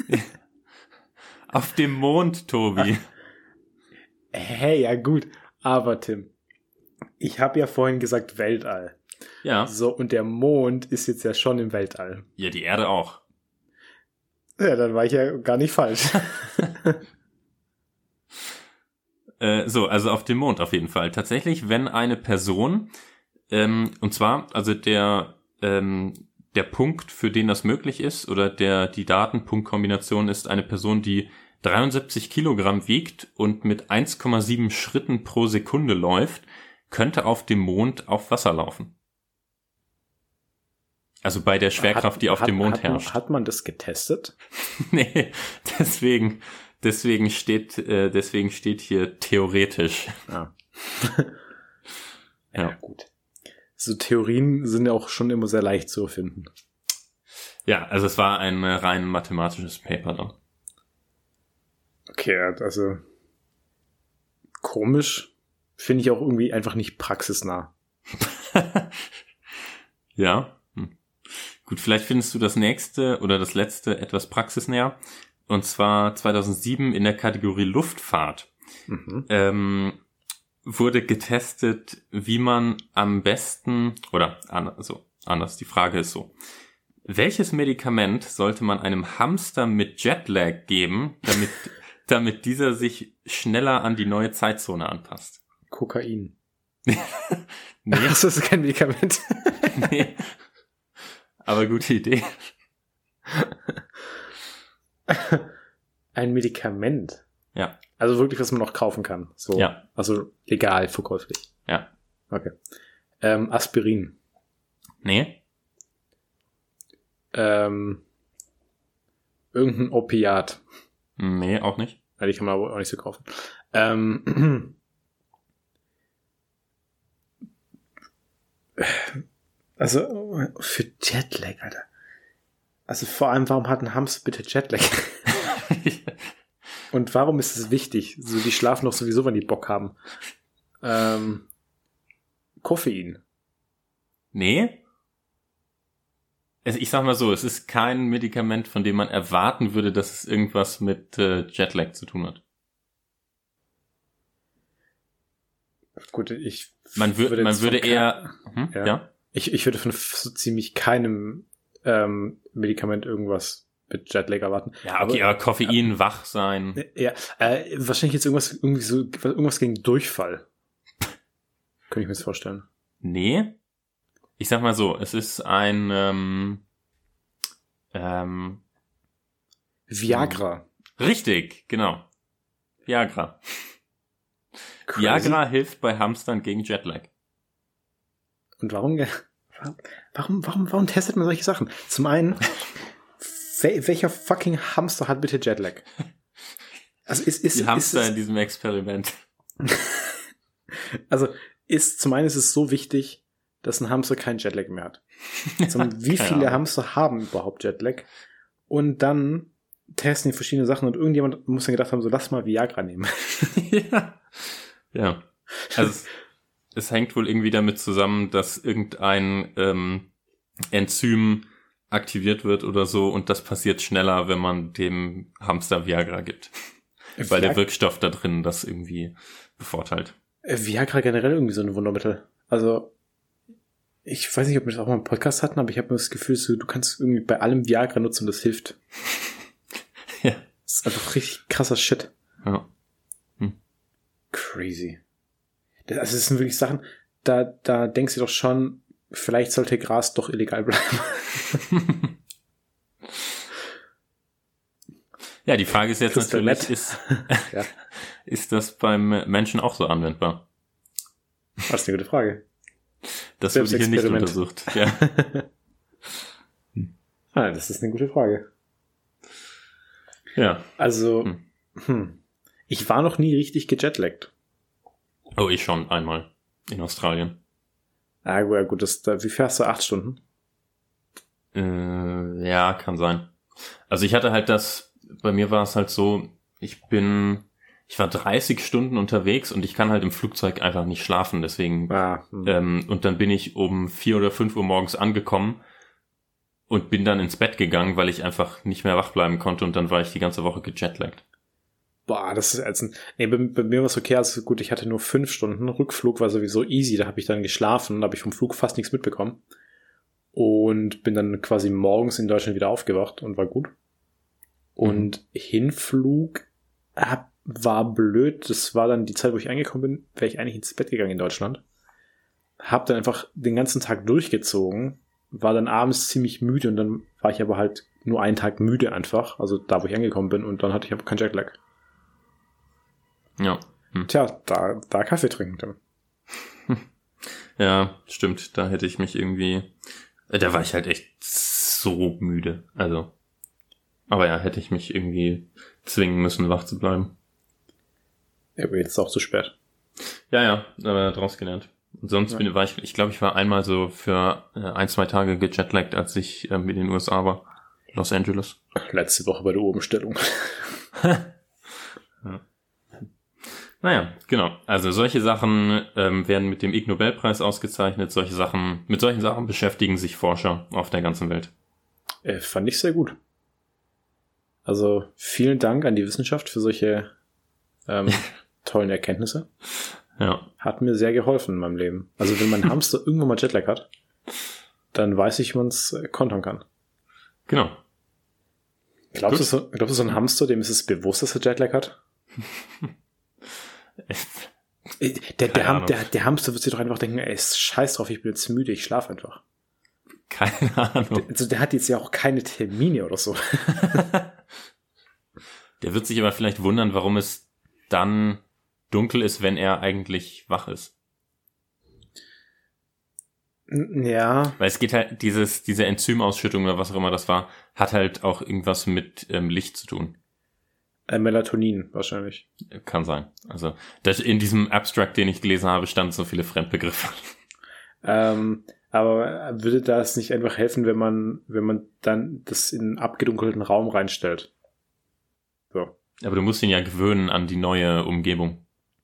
S2: auf dem Mond, Tobi.
S1: Hey, ja gut. Aber Tim, ich habe ja vorhin gesagt Weltall.
S2: Ja,
S1: So, und der Mond ist jetzt ja schon im Weltall.
S2: ja, die Erde auch.
S1: Ja, dann war ich ja gar nicht falsch.
S2: Äh, so, also auf dem Mond auf jeden Fall. Tatsächlich, wenn eine Person, ähm, und zwar, also der, ähm, der Punkt, für den das möglich ist, oder der, die Datenpunktkombination ist eine Person, die dreiundsiebzig Kilogramm wiegt und mit eins Komma sieben Schritten pro Sekunde läuft, könnte auf dem Mond auf Wasser laufen. Also bei der Schwerkraft,
S1: Hat-
S2: die auf
S1: hat-
S2: dem Mond
S1: hat, man-
S2: herrscht.
S1: Hat man das getestet?
S2: Nee, deswegen, deswegen steht, äh, deswegen steht hier theoretisch.
S1: Ah.
S2: Ja.
S1: Ja, gut. So Theorien sind ja auch schon immer sehr leicht zu erfinden.
S2: Ja, also es war ein äh, rein mathematisches Paper dann.
S1: Okay, also komisch finde ich auch irgendwie einfach nicht praxisnah.
S2: Ja. Hm. Gut, vielleicht findest du das nächste oder das letzte etwas praxisnäher. Und zwar zweitausendsieben in der Kategorie Luftfahrt.
S1: Mhm.
S2: Ähm, wurde getestet, wie man am besten, oder also anders, die Frage ist so, welches Medikament sollte man einem Hamster mit Jetlag geben, damit, damit dieser sich schneller an die neue Zeitzone anpasst?
S1: Kokain.
S2: Nee,
S1: Ach, das ist kein Medikament.
S2: nee. Aber gute Idee.
S1: Ein Medikament.
S2: Ja.
S1: Also wirklich, was man noch kaufen kann. So.
S2: Ja.
S1: Also legal verkäuflich.
S2: Ja.
S1: Okay. Ähm, Aspirin.
S2: Nee?
S1: Ähm, irgendein Opiat.
S2: Nee, auch nicht.
S1: Ja, die kann man aber auch nicht so kaufen. Ähm, also für Jetlag, Alter. Also vor allem, warum hat ein Hamster bitte Jetlag? Und warum ist es wichtig? So, die schlafen doch sowieso, wenn die Bock haben. Ähm, Koffein.
S2: Nee? Also ich sag mal so, es ist kein Medikament, von dem man erwarten würde, dass es irgendwas mit äh, Jetlag zu tun hat.
S1: Gut, ich
S2: Man, wür
S1: würde
S2: man
S1: jetzt
S2: würde
S1: von
S2: eher... Hm,
S1: Ja.
S2: ja.
S1: Ich, ich würde von so ziemlich keinem ähm, Medikament irgendwas mit Jetlag erwarten.
S2: Ja, okay, aber, aber Koffein, wach sein.
S1: Ja, äh, wahrscheinlich jetzt irgendwas, irgendwie so, irgendwas gegen Durchfall. Könnte ich mir jetzt vorstellen.
S2: Nee. Ich sag mal so, es ist ein ähm, ähm,
S1: Viagra.
S2: richtig, genau. Viagra.
S1: Crazy.
S2: Viagra hilft bei Hamstern gegen Jetlag.
S1: Und warum, ge- warum, warum, warum testet man solche Sachen? Zum einen, wel, welcher fucking Hamster hat bitte Jetlag? Also ist, ist,
S2: Die Hamster
S1: ist,
S2: in diesem Experiment.
S1: also ist, zum einen ist es so wichtig, dass ein Hamster keinen Jetlag mehr hat. Zum, wie
S2: Keine
S1: viele
S2: Ahnung.
S1: Hamster haben überhaupt Jetlag? Und dann testen die verschiedene Sachen und irgendjemand muss dann gedacht haben, so lass mal Viagra nehmen.
S2: ja. Ja. Also es, es hängt wohl irgendwie damit zusammen, dass irgendein ähm, Enzym aktiviert wird oder so und das passiert schneller, wenn man dem Hamster Viagra gibt. Weil der Wirkstoff da drin das irgendwie bevorteilt.
S1: Viagra generell irgendwie so ein Wundermittel. Also ich weiß nicht, ob wir das auch mal im Podcast hatten, aber ich habe das Gefühl, so, du kannst irgendwie bei allem Viagra nutzen und das hilft.
S2: Ja.
S1: Das ist einfach richtig krasser Shit.
S2: Ja.
S1: Crazy. Das, also das sind wirklich Sachen, da, da denkst du doch schon, vielleicht sollte Gras doch illegal bleiben.
S2: Ja, die Frage ist jetzt
S1: Crystal
S2: natürlich,
S1: Meth.
S2: ist,
S1: Ja.
S2: ist das beim Menschen auch so anwendbar?
S1: Das ist eine gute Frage.
S2: Das wurde hier nicht
S1: Selbstexperiment.
S2: untersucht. Ja.
S1: Ah, das ist eine gute Frage.
S2: Ja.
S1: Also,
S2: Hm.
S1: hm. ich war noch nie richtig gejetlaggt.
S2: Oh, ich schon einmal in Australien.
S1: Ah, gut, ja, gut, das, da, wie fährst du? Acht Stunden?
S2: Äh, ja, kann sein. Also ich hatte halt das, bei mir war es halt so, ich bin, ich war dreißig Stunden unterwegs und ich kann halt im Flugzeug einfach nicht schlafen, deswegen,
S1: Ah, hm.
S2: ähm, und dann bin ich um vier oder fünf Uhr morgens angekommen und bin dann ins Bett gegangen, weil ich einfach nicht mehr wach bleiben konnte und dann war ich die ganze Woche gejetlaggt.
S1: Boah, das ist ätzend. Nee, bei, bei mir war es okay, also gut, ich hatte nur fünf Stunden. Rückflug war sowieso easy, da habe ich dann geschlafen, da habe ich vom Flug fast nichts mitbekommen. Und bin dann quasi morgens in Deutschland wieder aufgewacht und war gut. Und mhm. Hinflug hab, war blöd. Das war dann die Zeit, wo ich angekommen bin, wäre ich eigentlich ins Bett gegangen in Deutschland. Hab dann einfach den ganzen Tag durchgezogen, war dann abends ziemlich müde und dann war ich aber halt nur einen Tag müde einfach, also da, wo ich angekommen bin und dann hatte ich aber keinen Jetlag.
S2: Ja. Hm.
S1: Tja, da, da Kaffee trinken dann.
S2: Ja, stimmt. Da hätte ich mich irgendwie, äh, da war ich halt echt so müde. Also, aber ja, hätte ich mich irgendwie zwingen müssen, wach zu bleiben.
S1: Ja, aber jetzt ist auch zu spät.
S2: Ja, ja, aber draus gelernt. Und sonst ja. bin, war ich, ich glaube, ich war einmal so für äh, ein, zwei Tage gejetlaggt, als ich ähm, in den U S A war. Los Angeles.
S1: Letzte Woche bei der Umstellung.
S2: Ja. Naja, genau. Also solche Sachen ähm, werden mit dem Ig Nobelpreis ausgezeichnet. Solche Sachen, mit solchen Sachen beschäftigen sich Forscher auf der ganzen Welt.
S1: Äh, fand ich sehr gut. Also vielen Dank an die Wissenschaft für solche ähm, tollen Erkenntnisse.
S2: Ja.
S1: Hat mir sehr geholfen in meinem Leben. Also wenn mein Hamster irgendwann mal Jetlag hat, dann weiß ich, wie man es äh, kontern kann.
S2: Genau.
S1: Glaubst du, so, glaubst du, so ein Hamster, dem ist es bewusst, dass er Jetlag hat? der, der, Ham, der, der Hamster wird sich doch einfach denken, ey, scheiß drauf, ich bin jetzt müde, ich schlafe einfach.
S2: Keine Ahnung.
S1: Der, also der hat jetzt ja auch keine Termine oder so.
S2: Der wird sich aber vielleicht wundern, warum es dann dunkel ist, wenn er eigentlich wach ist.
S1: Ja.
S2: Weil es geht halt, dieses, diese Enzymausschüttung oder was auch immer das war, hat halt auch irgendwas mit ähm, Licht zu tun.
S1: Äh, Melatonin wahrscheinlich.
S2: Kann sein. Also das, in diesem Abstract, den ich gelesen habe, standen so viele Fremdbegriffe.
S1: Ähm, aber würde das nicht einfach helfen, wenn man, wenn man dann das in einen abgedunkelten Raum reinstellt? So.
S2: Aber du musst ihn ja gewöhnen an die neue Umgebung.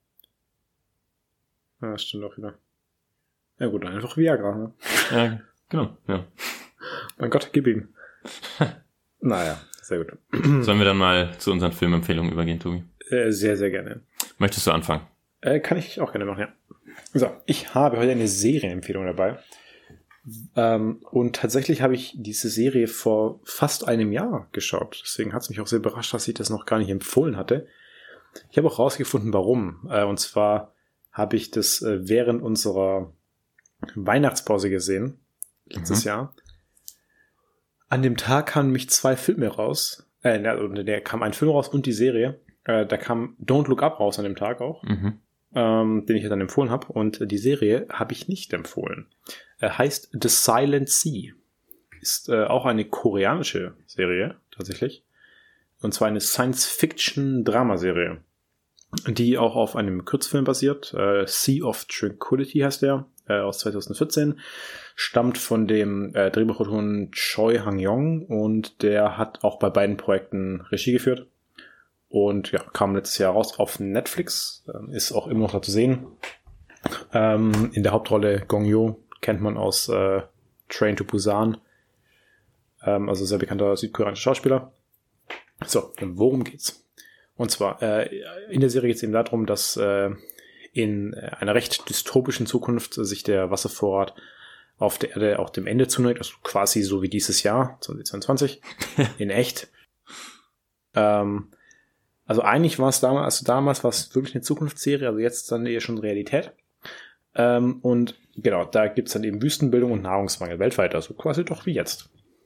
S1: Ja, das stimmt auch wieder. Ja gut, dann einfach Viagra, ne?
S2: Ja, genau, ja.
S1: Mein Gott, gib ihm. Naja, sehr gut.
S2: Sollen wir dann mal zu unseren Filmempfehlungen übergehen, Tobi?
S1: Äh, sehr, sehr gerne.
S2: Möchtest du anfangen?
S1: Äh, kann ich auch gerne machen, ja. So, ich habe heute eine Serienempfehlung dabei. Ähm, und tatsächlich habe ich diese Serie vor fast einem Jahr geschaut. Deswegen hat es mich auch sehr überrascht, dass ich das noch gar nicht empfohlen hatte. Ich habe auch rausgefunden, warum. Äh, und zwar habe ich das äh, während unserer Weihnachtspause gesehen, letztes mhm. Jahr. An dem Tag kamen nämlich zwei Filme raus. Äh, also, der kam ein Film raus und die Serie. Äh, da kam Don't Look Up raus an dem Tag auch,
S2: mhm.
S1: ähm, den ich dann empfohlen habe. Und die Serie habe ich nicht empfohlen. Äh, heißt The Silent Sea. Ist äh, auch eine koreanische Serie, tatsächlich. Und zwar eine Science-Fiction-Dramaserie, die auch auf einem Kurzfilm basiert. Äh, Sea of Tranquility heißt der, äh, aus zwanzig vierzehn. Stammt von dem äh, Drehbuchautoren Choi Hang-yong und der hat auch bei beiden Projekten Regie geführt. Und ja, kam letztes Jahr raus auf Netflix. Äh, ist auch immer noch da zu sehen. Ähm, in der Hauptrolle Gong Yoo, kennt man aus äh, Train to Busan. Ähm, also sehr bekannter südkoreanischer Schauspieler. So, worum geht's? Und zwar, äh, in der Serie geht es eben darum, dass äh, in einer recht dystopischen Zukunft sich der Wasservorrat auf der Erde auch dem Ende zuneigt, also quasi so wie dieses Jahr, zwanzig zweiundzwanzig, in echt. Ähm, also eigentlich war es damals, also damals war es wirklich eine Zukunftsserie, also jetzt dann eher schon Realität. Ähm, und genau, da gibt's dann eben Wüstenbildung und Nahrungsmangel weltweit, also quasi doch wie jetzt.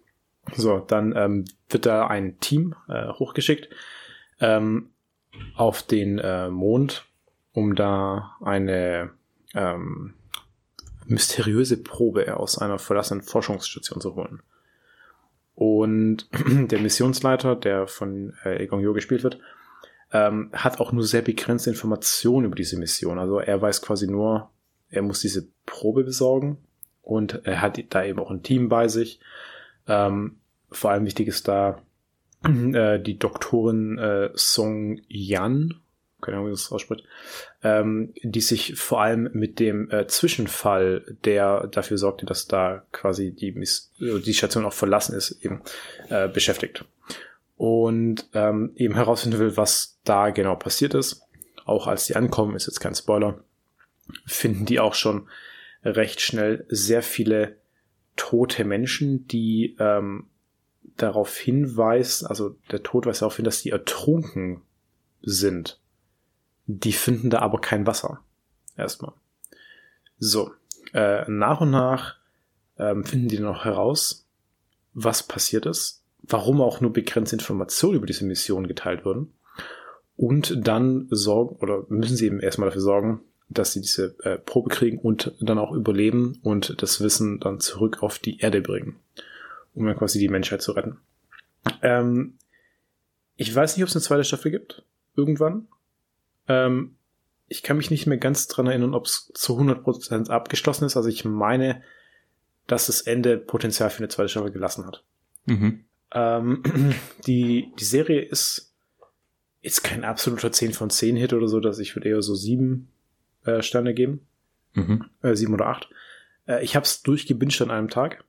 S1: So, dann ähm, wird da ein Team äh, hochgeschickt ähm, auf den äh, Mond, um da eine ähm, mysteriöse Probe aus einer verlassenen Forschungsstation zu holen. Und der Missionsleiter, der von äh, Lee Gong-yo gespielt wird, ähm, hat auch nur sehr begrenzte Informationen über diese Mission. Also er weiß quasi nur, er muss diese Probe besorgen und er hat da eben auch ein Team bei sich. Ähm, vor allem wichtig ist da äh, die Doktorin äh, Song Yan, keine Ahnung, wie das ausspricht, ähm, die sich vor allem mit dem äh, Zwischenfall, der dafür sorgte, dass da quasi die, Miss- die Station auch verlassen ist, eben äh, beschäftigt. Und ähm, eben herausfinden will, was da genau passiert ist. Auch als die ankommen, ist jetzt kein Spoiler, finden die auch schon recht schnell sehr viele tote Menschen, die ähm, darauf hinweisen, also der Tod weist darauf hin, dass die ertrunken sind. Die finden da aber kein Wasser. Erstmal. So. Äh, nach und nach ähm, finden die noch heraus, was passiert ist, warum auch nur begrenzte Informationen über diese Mission geteilt wurden. Und dann sorgen, oder müssen sie eben erstmal dafür sorgen, dass sie diese äh, Probe kriegen und dann auch überleben und das Wissen dann zurück auf die Erde bringen, um dann quasi die Menschheit zu retten. Ähm, ich weiß nicht, ob es eine zweite Staffel gibt. Irgendwann. Ähm, ich kann mich nicht mehr ganz dran erinnern, ob es zu hundert Prozent abgeschlossen ist. Also ich meine, dass das Ende Potenzial für eine zweite Staffel gelassen hat.
S2: Mhm.
S1: Ähm, die, die Serie ist ist kein absoluter zehn von zehn Hit oder so, dass ich würde eher so sieben äh, Sterne geben.
S2: Mhm.
S1: Äh, sieben oder acht. Äh, ich habe es durchgebinged an einem Tag.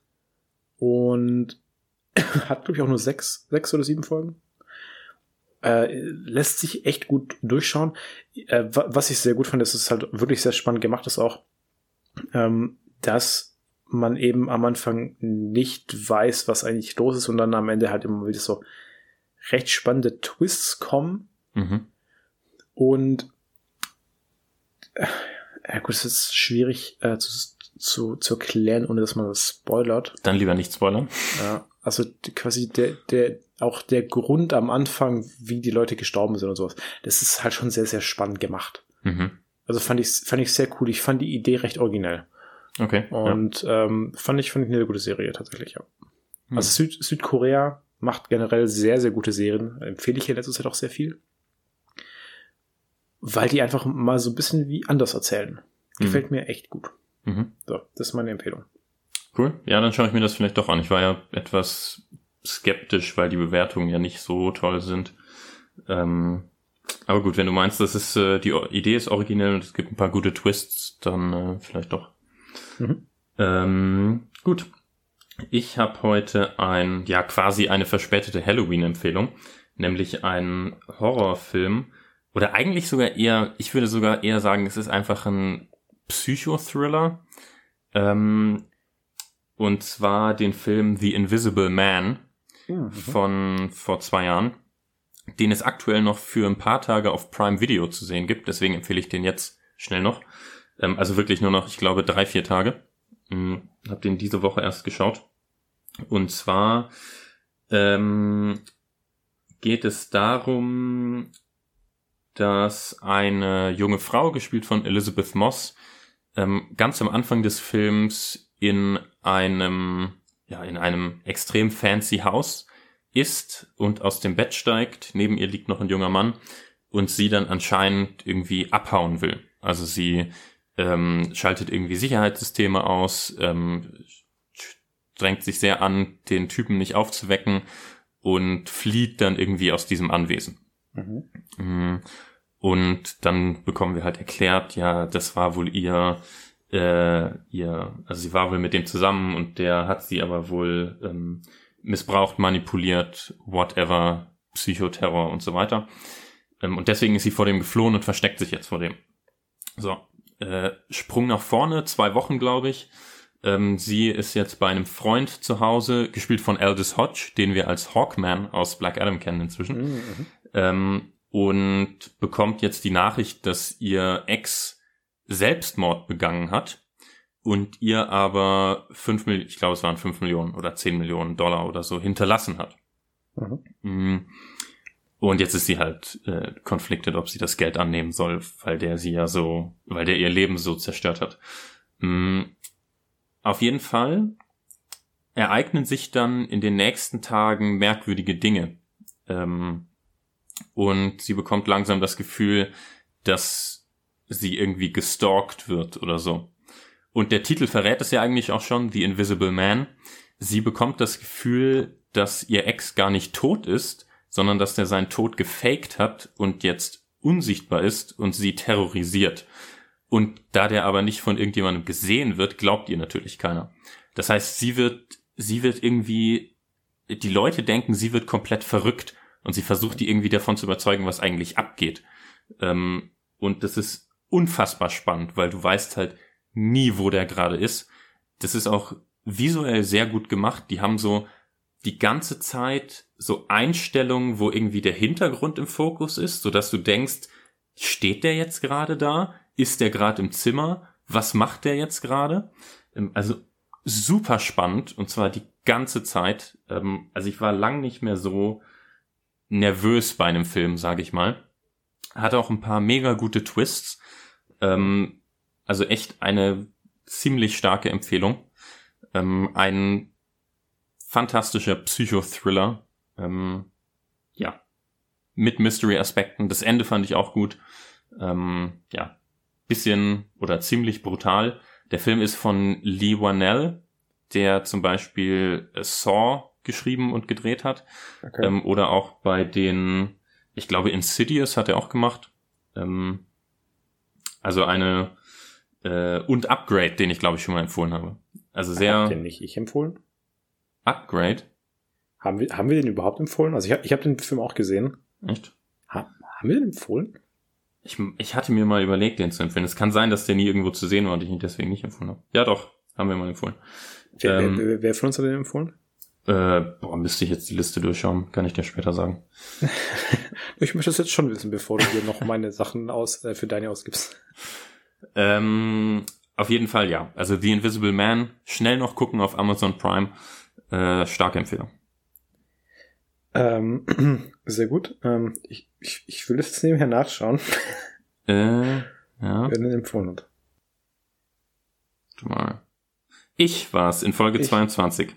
S1: Und hat, glaube ich, auch nur sechs, sechs oder sieben Folgen. Äh, lässt sich echt gut durchschauen. Äh, was ich sehr gut fand, ist, es ist halt wirklich sehr spannend gemacht, ist auch, ähm, dass man eben am Anfang nicht weiß, was eigentlich los ist und dann am Ende halt immer wieder so recht spannende Twists kommen.
S2: Mhm.
S1: Und äh, ja gut, es ist schwierig äh, zu, zu, zu erklären, ohne dass man das spoilert.
S2: Dann lieber nicht spoilern.
S1: Ja, also quasi der, der, auch der Grund am Anfang, wie die Leute gestorben sind und sowas, das ist halt schon sehr, sehr spannend gemacht.
S2: Mhm.
S1: Also fand ich, fand ich sehr cool. Ich fand die Idee recht originell.
S2: Okay.
S1: Und ja. ähm, fand ich, fand ich eine gute Serie tatsächlich, ja.
S2: Hm.
S1: Also Süd, Südkorea macht generell sehr, sehr gute Serien. Empfehle ich hier letztes Jahr auch sehr viel. Weil die einfach mal so ein bisschen wie anders erzählen. Gefällt mhm. mir echt gut.
S2: Mhm.
S1: So, das ist meine Empfehlung.
S2: Cool. Ja, dann schaue ich mir das vielleicht doch an. Ich war ja etwas skeptisch, weil die Bewertungen ja nicht so toll sind. Ähm, aber gut, wenn du meinst, das ist äh, die Idee ist originell und es gibt ein paar gute Twists, dann äh, vielleicht doch. Mhm. Ähm, gut. Ich habe heute ein, ja quasi eine verspätete Halloween-Empfehlung, nämlich einen Horrorfilm oder eigentlich sogar eher, ich würde sogar eher sagen, es ist einfach ein Psychothriller. Ähm, und zwar den Film The Invisible Man mhm. von vor zwei Jahren, den es aktuell noch für ein paar Tage auf Prime Video zu sehen gibt. Deswegen empfehle ich den jetzt schnell noch. Ähm, also wirklich nur noch, ich glaube, drei, vier Tage. Mhm. Hab den diese Woche erst geschaut. Und zwar ähm, geht es darum, dass eine junge Frau, gespielt von Elizabeth Moss, ähm, ganz am Anfang des Films in einem, ja, in einem extrem fancy Haus ist und aus dem Bett steigt. Neben ihr liegt noch ein junger Mann und sie dann anscheinend irgendwie abhauen will. Also sie ähm, schaltet irgendwie Sicherheitssysteme aus, ähm, drängt sich sehr an, den Typen nicht aufzuwecken und flieht dann irgendwie aus diesem Anwesen. Mhm. Und dann bekommen wir halt erklärt, ja, das war wohl ihr, äh, ihr, also sie war wohl mit dem zusammen und der hat sie aber wohl ähm, missbraucht, manipuliert, whatever, Psychoterror und so weiter. Ähm, und deswegen ist sie vor dem geflohen und versteckt sich jetzt vor dem. So, äh, Sprung nach vorne, zwei Wochen, glaube ich. Ähm, sie ist jetzt bei einem Freund zu Hause, gespielt von Aldous Hodge, den wir als Hawkman aus Black Adam kennen inzwischen. Mhm. Ähm, und bekommt jetzt die Nachricht, dass ihr Ex Selbstmord begangen hat und ihr aber fünf Millionen, ich glaube es waren fünf Millionen oder zehn Millionen Dollar oder so hinterlassen hat. Mhm. Und jetzt ist sie halt äh, conflicted, ob sie das Geld annehmen soll, weil der sie ja so, weil der ihr Leben so zerstört hat. Mhm. Auf jeden Fall ereignen sich dann in den nächsten Tagen merkwürdige Dinge. Ähm, und sie bekommt langsam das Gefühl, dass sie irgendwie gestalkt wird oder so. Und der Titel verrät es ja eigentlich auch schon, The Invisible Man. Sie bekommt das Gefühl, dass ihr Ex gar nicht tot ist, sondern dass der seinen Tod gefaked hat und jetzt unsichtbar ist und sie terrorisiert. Und da der aber nicht von irgendjemandem gesehen wird, glaubt ihr natürlich keiner. Das heißt, sie wird, sie wird irgendwie, die Leute denken, sie wird komplett verrückt und sie versucht die irgendwie davon zu überzeugen, was eigentlich abgeht. Ähm, und das ist unfassbar spannend, weil du weißt halt nie, wo der gerade ist. Das ist auch visuell sehr gut gemacht. Die haben so die ganze Zeit so Einstellungen, wo irgendwie der Hintergrund im Fokus ist, sodass du denkst, steht der jetzt gerade da? Ist der gerade im Zimmer? Was macht der jetzt gerade? Also super spannend und zwar die ganze Zeit. Also ich war lang nicht mehr so nervös bei einem Film, sage ich mal. Hat auch ein paar mega gute Twists. Also echt eine ziemlich starke Empfehlung. Ein fantastischer Psychothriller. Ähm, ja. Mit Mystery-Aspekten. Das Ende fand ich auch gut. Ähm, ja. Bisschen oder ziemlich brutal. Der Film ist von Lee Wanell, der zum Beispiel Saw geschrieben und gedreht hat. Okay. Ähm, oder auch bei den, ich glaube Insidious hat er auch gemacht. Ähm, also eine äh, und Upgrade, den ich glaube ich schon mal empfohlen habe. Also sehr.
S1: Habt den nicht ich empfohlen?
S2: Upgrade?
S1: Haben wir, haben wir den überhaupt empfohlen? Also ich habe ich hab den Film auch gesehen.
S2: Echt?
S1: Ha, haben wir den empfohlen?
S2: Ich, ich hatte mir mal überlegt, den zu empfehlen. Es kann sein, dass der nie irgendwo zu sehen war und ich ihn deswegen nicht empfohlen habe. Ja doch, haben wir mal empfohlen.
S1: Wer, ähm, wer, wer von uns hat den empfohlen?
S2: Äh, boah, müsste ich jetzt die Liste durchschauen. Kann ich dir später sagen.
S1: Ich möchte das jetzt schon wissen, bevor du dir noch meine Sachen aus äh, für deine ausgibst.
S2: Ähm, auf jeden Fall ja. Also The Invisible Man, schnell noch gucken auf Amazon Prime. Äh, starke Empfehlung.
S1: Ähm, sehr gut. Ähm, ich, ich, ich will das jetzt nebenher nachschauen.
S2: Äh, ja.
S1: Wer den empfohlen hat.
S2: Warte mal. Ich war's in Folge ich. zweiundzwanzig.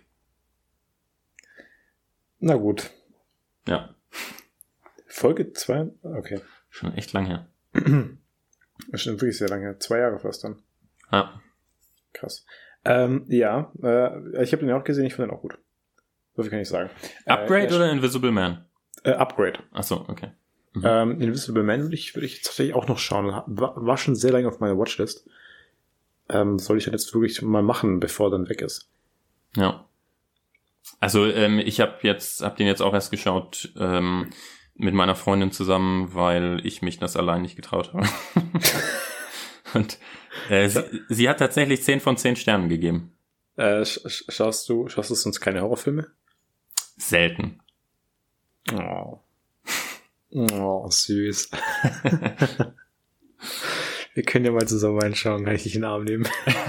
S1: Na gut.
S2: Ja.
S1: Folge zwei? Okay.
S2: Schon echt lang her.
S1: Das stimmt wirklich sehr lange her. Zwei Jahre fast dann.
S2: Ja.
S1: Krass. Ähm, ja, äh, ich habe den ja auch gesehen, ich finde den auch gut. So viel kann ich sagen.
S2: Upgrade
S1: äh,
S2: oder Invisible Man?
S1: Äh, Upgrade.
S2: Ach so, okay.
S1: Mhm. Ähm, Invisible Man würde ich, würde ich tatsächlich auch noch schauen. War, war schon sehr lange auf meiner Watchlist. Ähm, soll ich jetzt wirklich mal machen, bevor er dann weg ist.
S2: Ja. Also ähm, ich habe jetzt, hab den jetzt auch erst geschaut ähm, mit meiner Freundin zusammen, weil ich mich das allein nicht getraut habe. Und äh, sie, sie hat tatsächlich zehn von zehn Sternen gegeben.
S1: Äh, sch- schaust du, schaust du sonst keine Horrorfilme?
S2: Selten.
S1: Oh. Oh, süß. Wir können ja mal zusammen reinschauen, kann ich dich in den Arm nehmen.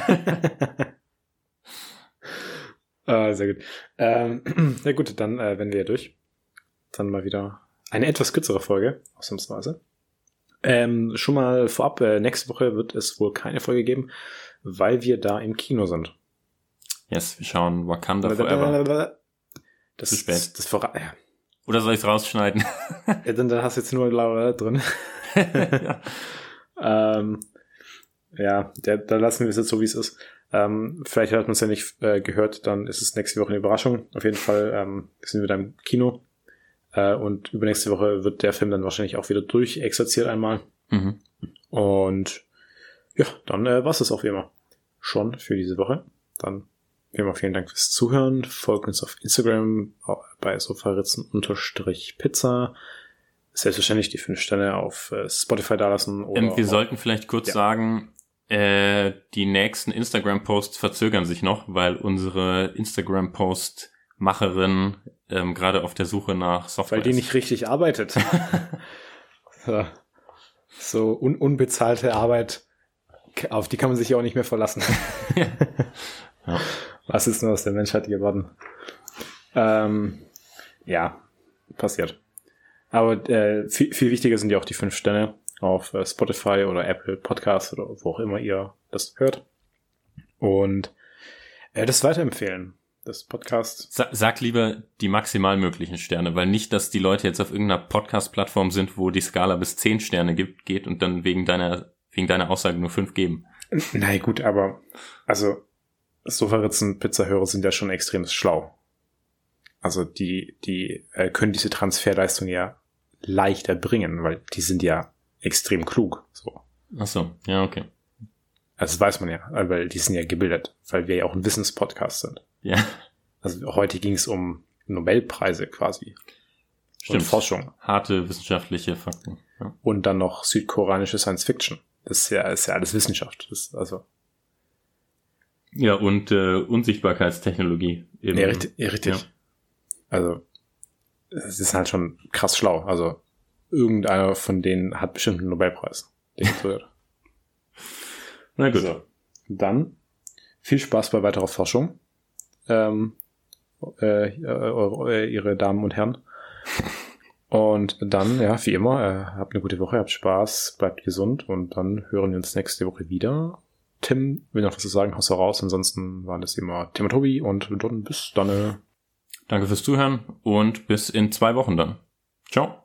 S1: ah, sehr gut. Ähm, ja gut, dann äh, werden wir ja durch. Dann mal wieder eine etwas kürzere Folge, ausnahmsweise. Ähm, schon mal vorab, äh, nächste Woche wird es wohl keine Folge geben, weil wir da im Kino sind.
S2: Yes, wir schauen Wakanda Forever.
S1: Das
S2: Zu spät.
S1: Das, das vor- ja.
S2: Oder soll ich es rausschneiden?
S1: Ja, dann, dann hast du jetzt nur Laura drin. ja, ähm, ja der, da lassen wir es jetzt so, wie es ist. Ähm, vielleicht hat man es ja nicht äh, gehört, dann ist es nächste Woche eine Überraschung. Auf jeden Fall ähm, sind wir da im Kino. Äh, und übernächste Woche wird der Film dann wahrscheinlich auch wieder durchexerziert einmal.
S2: Mhm.
S1: Und ja, dann äh, war es das auch wie immer schon für diese Woche. Dann wie immer vielen Dank fürs Zuhören. Folgt uns auf Instagram bei sofaritzen-pizza. Selbstverständlich die fünf Sterne auf äh, Spotify dalassen. Oder
S2: ähm, wir sollten vielleicht kurz ja. sagen, äh, die nächsten Instagram-Posts verzögern sich noch, weil unsere Instagram-Post-Macherin ähm, gerade auf der Suche nach Software
S1: Weil die
S2: ist.
S1: nicht richtig arbeitet. so so un- unbezahlte Arbeit Auf die kann man sich ja auch nicht mehr verlassen.
S2: Ja.
S1: Was ist nur aus der Menschheit geworden? Ähm, ja, passiert. Aber äh, viel, viel wichtiger sind ja auch die fünf Sterne auf äh, Spotify oder Apple Podcasts oder wo auch immer ihr das hört. Und äh, das weiterempfehlen. Das Podcast.
S2: Sa- Sag lieber die maximal möglichen Sterne, weil nicht, dass die Leute jetzt auf irgendeiner Podcast-Plattform sind, wo die Skala bis zehn Sterne gibt, geht und dann wegen deiner, wegen deiner Aussage nur fünf geben.
S1: Na gut, aber also Sofaritzen-Pizza-Hörer sind ja schon extrem schlau. Also die, die äh, können diese Transferleistung ja leicht erbringen, weil die sind ja extrem klug. So.
S2: Ach so, ja, okay.
S1: Also das weiß man ja, weil die sind ja gebildet, weil wir ja auch ein Wissenspodcast sind.
S2: Ja.
S1: Also heute ging es um Nobelpreise quasi.
S2: Stimmt.
S1: Und Forschung.
S2: Harte wissenschaftliche Fakten. Ja.
S1: Und dann noch südkoreanische Science Fiction. Das ist ja, ist ja alles Wissenschaft. Das ist also.
S2: Ja, und äh, Unsichtbarkeitstechnologie. Eben.
S1: Ja, richtig. Ja, richtig.
S2: Ja.
S1: Also, es ist halt schon krass schlau. Also, irgendeiner von denen hat bestimmt einen Nobelpreis. Den ich gehört.
S2: Na gut.
S1: So. Dann viel Spaß bei weiterer Forschung. Ähm, äh, äh, ihre Damen und Herren. Und dann, ja, wie immer, äh, habt eine gute Woche, habt Spaß, bleibt gesund und dann hören wir uns nächste Woche wieder. Tim will noch was zu sagen, haust du raus. Ansonsten waren das immer Tim und Tobi und dann bis dann.
S2: Danke fürs Zuhören und bis in zwei Wochen dann. Ciao.